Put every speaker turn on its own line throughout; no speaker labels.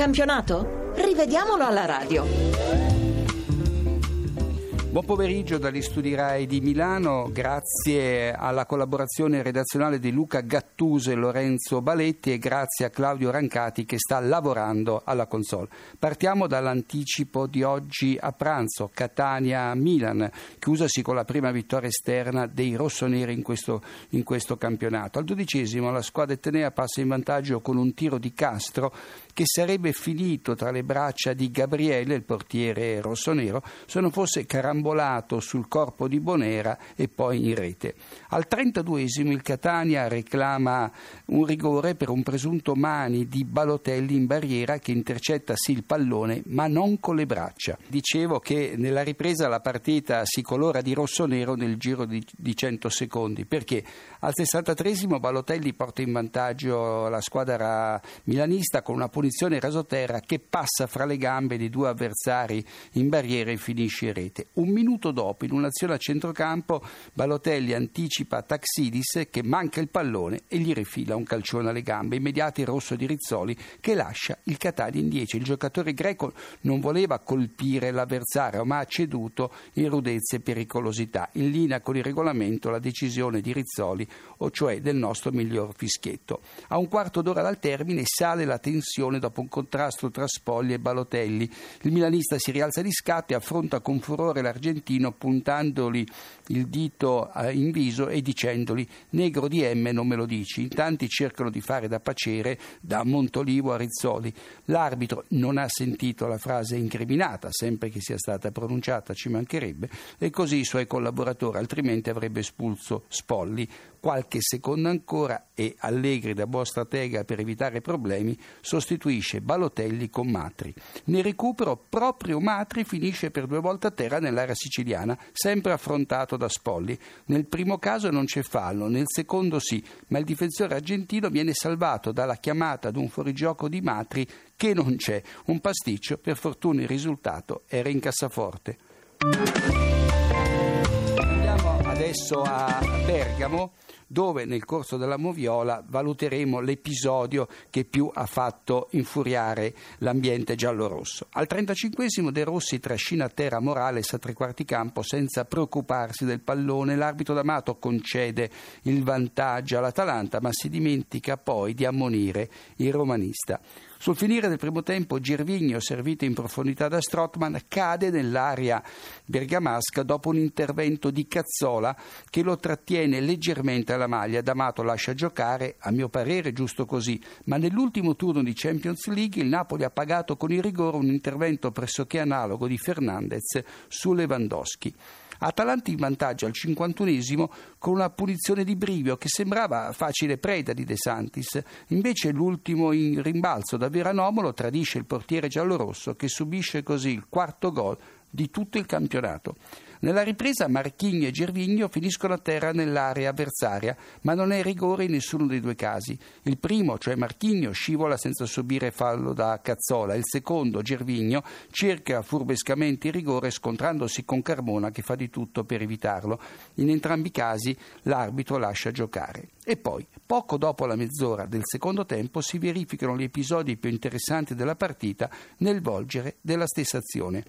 campionato? Rivediamolo alla radio.
Buon pomeriggio dagli studi Rai di Milano, grazie alla collaborazione redazionale di Luca Gattuso e Lorenzo Baletti e grazie a Claudio Rancati che sta lavorando alla console. Partiamo dall'anticipo di oggi a pranzo, Catania-Milan, chiusasi con la prima vittoria esterna dei rossoneri in questo campionato. Al 12° la squadra etnea passa in vantaggio con un tiro di Castro che sarebbe finito tra le braccia di Gabriele, il portiere rossonero, se non fosse carambolato sul corpo di Bonera e poi in rete. Al 32° il Catania reclama un rigore per un presunto mani di Balotelli in barriera che intercetta sì il pallone ma non con le braccia. Dicevo che nella ripresa la partita si colora di rossonero nel giro di 100 secondi perché al 63° Balotelli porta in vantaggio la squadra milanista con una punizione rasoterra che passa fra le gambe di due avversari in barriera e finisce in rete. Un minuto dopo, in un'azione a centrocampo, Balotelli anticipa Taxidis che manca il pallone e gli rifila un calcione alle gambe. Immediato il rosso di Rizzoli che lascia il Catania in 10. Il giocatore greco non voleva colpire l'avversario ma ha ceduto in rudezza e pericolosità. In linea con il regolamento la decisione di Rizzoli, o cioè del nostro miglior fischietto. A un quarto d'ora dal termine sale la tensione dopo un contrasto tra Spogli e Balotelli. Il milanista si rialza di scatto e affronta con furore l'argentino puntandogli il dito in viso e dicendogli negro di M non me lo dici. In tanti cercano di fare da pacere da Montolivo a Rizzoli. L'arbitro non ha sentito la frase incriminata, sempre che sia stata pronunciata ci mancherebbe, e così i suoi collaboratori, altrimenti avrebbe espulso Spolli. Qualche secondo ancora e Allegri, da buon stratega per evitare problemi, sostituisce Balotelli con Matri. Nel recupero proprio Matri finisce per 2 volte a terra nell'area siciliana, sempre affrontato da Spolli. Nel primo caso non c'è fallo, nel secondo sì, ma il difensore argentino viene salvato dalla chiamata ad un fuorigioco di Matri che non c'è. Un pasticcio, per fortuna il risultato era in cassaforte. Andiamo adesso a Bergamo, dove nel corso della moviola valuteremo l'episodio che più ha fatto infuriare l'ambiente giallorosso. Al 35° De Rossi trascina a terra Morales a 3/4 campo senza preoccuparsi del pallone. L'arbitro D'Amato concede il vantaggio all'Atalanta ma si dimentica poi di ammonire il romanista. Sul finire del primo tempo Gervinho, servito in profondità da Strootman, cade nell'area bergamasca dopo un intervento di Cazzola che lo trattiene leggermente alla maglia. D'Amato lascia giocare, a mio parere giusto così, ma nell'ultimo turno di Champions League il Napoli ha pagato con il rigore un intervento pressoché analogo di Fernandez su Lewandowski. Atalanta in vantaggio al 51° con una punizione di Brivio che sembrava facile preda di De Santis, invece l'ultimo in rimbalzo da Veranomolo tradisce il portiere giallorosso che subisce così il 4º gol di tutto il campionato. Nella ripresa Marquinhos e Gervinho finiscono a terra nell'area avversaria, ma non è rigore in nessuno dei due casi. Il primo, cioè Marquinhos, scivola senza subire fallo da Cazzola. Il secondo, Gervinho, cerca furbescamente il rigore scontrandosi con Carmona che fa di tutto per evitarlo. In entrambi i casi l'arbitro lascia giocare. E poi, poco dopo la mezz'ora del secondo tempo, si verificano gli episodi più interessanti della partita nel volgere della stessa azione.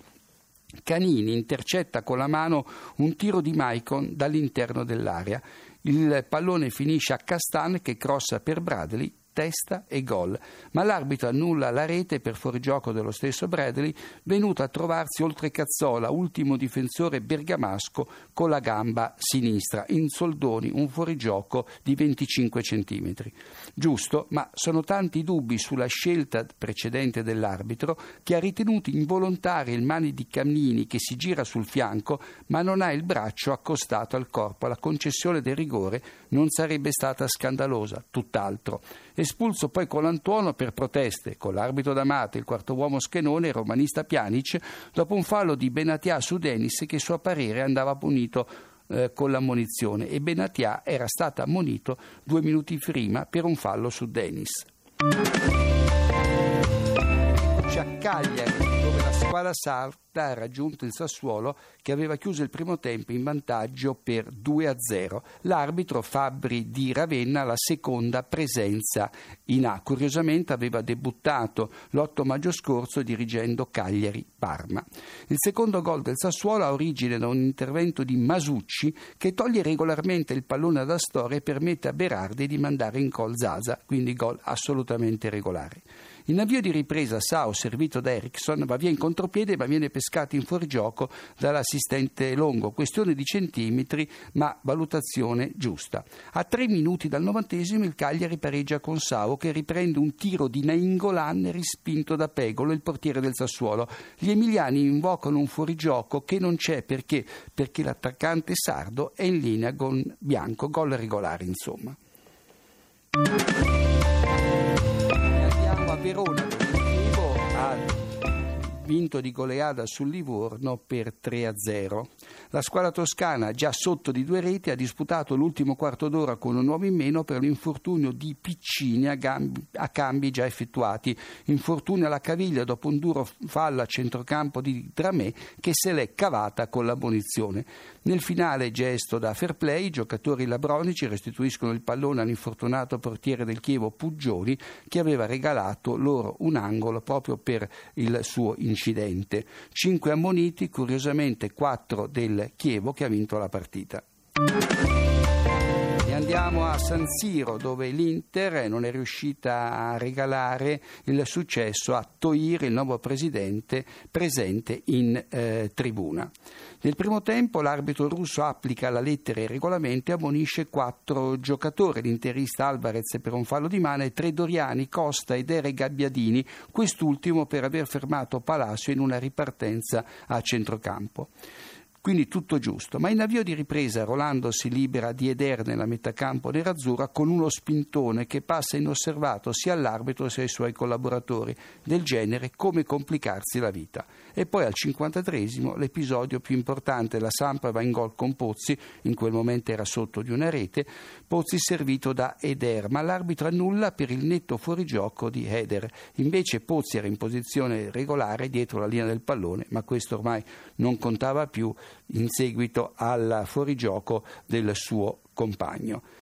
Canini intercetta con la mano un tiro di Maicon dall'interno dell'area. Il pallone finisce a Castan che crossa per Bradley, testa e gol, ma l'arbitro annulla la rete per fuorigioco dello stesso Bradley, venuto a trovarsi oltre Cazzola, ultimo difensore bergamasco, con la gamba sinistra. In soldoni un fuorigioco di 25 centimetri. Giusto, ma sono tanti dubbi sulla scelta precedente dell'arbitro che ha ritenuto involontario il mani di Canini che si gira sul fianco ma non ha il braccio accostato al corpo. La concessione del rigore non sarebbe stata scandalosa, tutt'altro. Espulso poi Colantuono per proteste, con l'arbitro D'Amato, il quarto uomo Schenone e il romanista Pjanic, dopo un fallo di Benatia su Denis che a suo parere andava punito con l'ammonizione, e Benatia era stato ammonito 2 minuti prima per un fallo su Denis. A Cagliari, dove la squadra sarda ha raggiunto il Sassuolo, che aveva chiuso il primo tempo in vantaggio per 2-0. L'arbitro Fabbri di Ravenna, la seconda presenza in A. Curiosamente aveva debuttato l'8 maggio scorso dirigendo Cagliari-Parma. Il secondo gol del Sassuolo ha origine da un intervento di Masucci, che toglie regolarmente il pallone ad Astori e permette a Berardi di mandare in gol Zaza, quindi gol assolutamente regolare. In avvio di ripresa Sao, servito da Eriksson, va via in contropiede ma viene pescato in fuorigioco dall'assistente Longo, questione di centimetri ma valutazione giusta. A 3 minuti dal 90° il Cagliari pareggia con Sao, che riprende un tiro di Nainggolan respinto da Pegolo, il portiere del Sassuolo. Gli emiliani invocano un fuorigioco che non c'è perché l'attaccante sardo è in linea con Bianco, gol regolare insomma. Verona, dicevo, ha vinto di goleada sul Livorno per 3-0. La squadra toscana, già sotto di 2 reti, ha disputato l'ultimo quarto d'ora con un uomo in meno per l'infortunio di Piccini a cambi già effettuati. Infortunio alla caviglia dopo un duro fallo a centrocampo di Dramé, che se l'è cavata con l'ammonizione. Nel finale, gesto da fair play, i giocatori labronici restituiscono il pallone all'infortunato portiere del Chievo Puggioni, che aveva regalato loro un angolo proprio per il suo incidente. 5 ammoniti, curiosamente 4 del Chievo, che ha vinto la partita. E andiamo a San Siro, dove l'Inter non è riuscita a regalare il successo a Toir, il nuovo presidente, presente in tribuna. Nel primo tempo l'arbitro russo applica la lettera e il regolamento e ammonisce 4 giocatori, l'interista Alvarez per un fallo di mano e 3 doriani, Costa ed Ere Gabbiadini, quest'ultimo per aver fermato Palacio in una ripartenza a centrocampo. Quindi tutto giusto, ma in avvio di ripresa Rolando si libera di Eder nella metacampo nerazzurra con uno spintone che passa inosservato sia all'arbitro sia ai suoi collaboratori. Del genere, come complicarsi la vita. E poi al 53esimo l'episodio più importante, la Samp va in gol con Pozzi, in quel momento era sotto di una rete, Pozzi servito da Eder, ma l'arbitro annulla per il netto fuorigioco di Eder. Invece Pozzi era in posizione regolare dietro la linea del pallone, ma questo ormai non contava più in seguito al fuorigioco del suo compagno.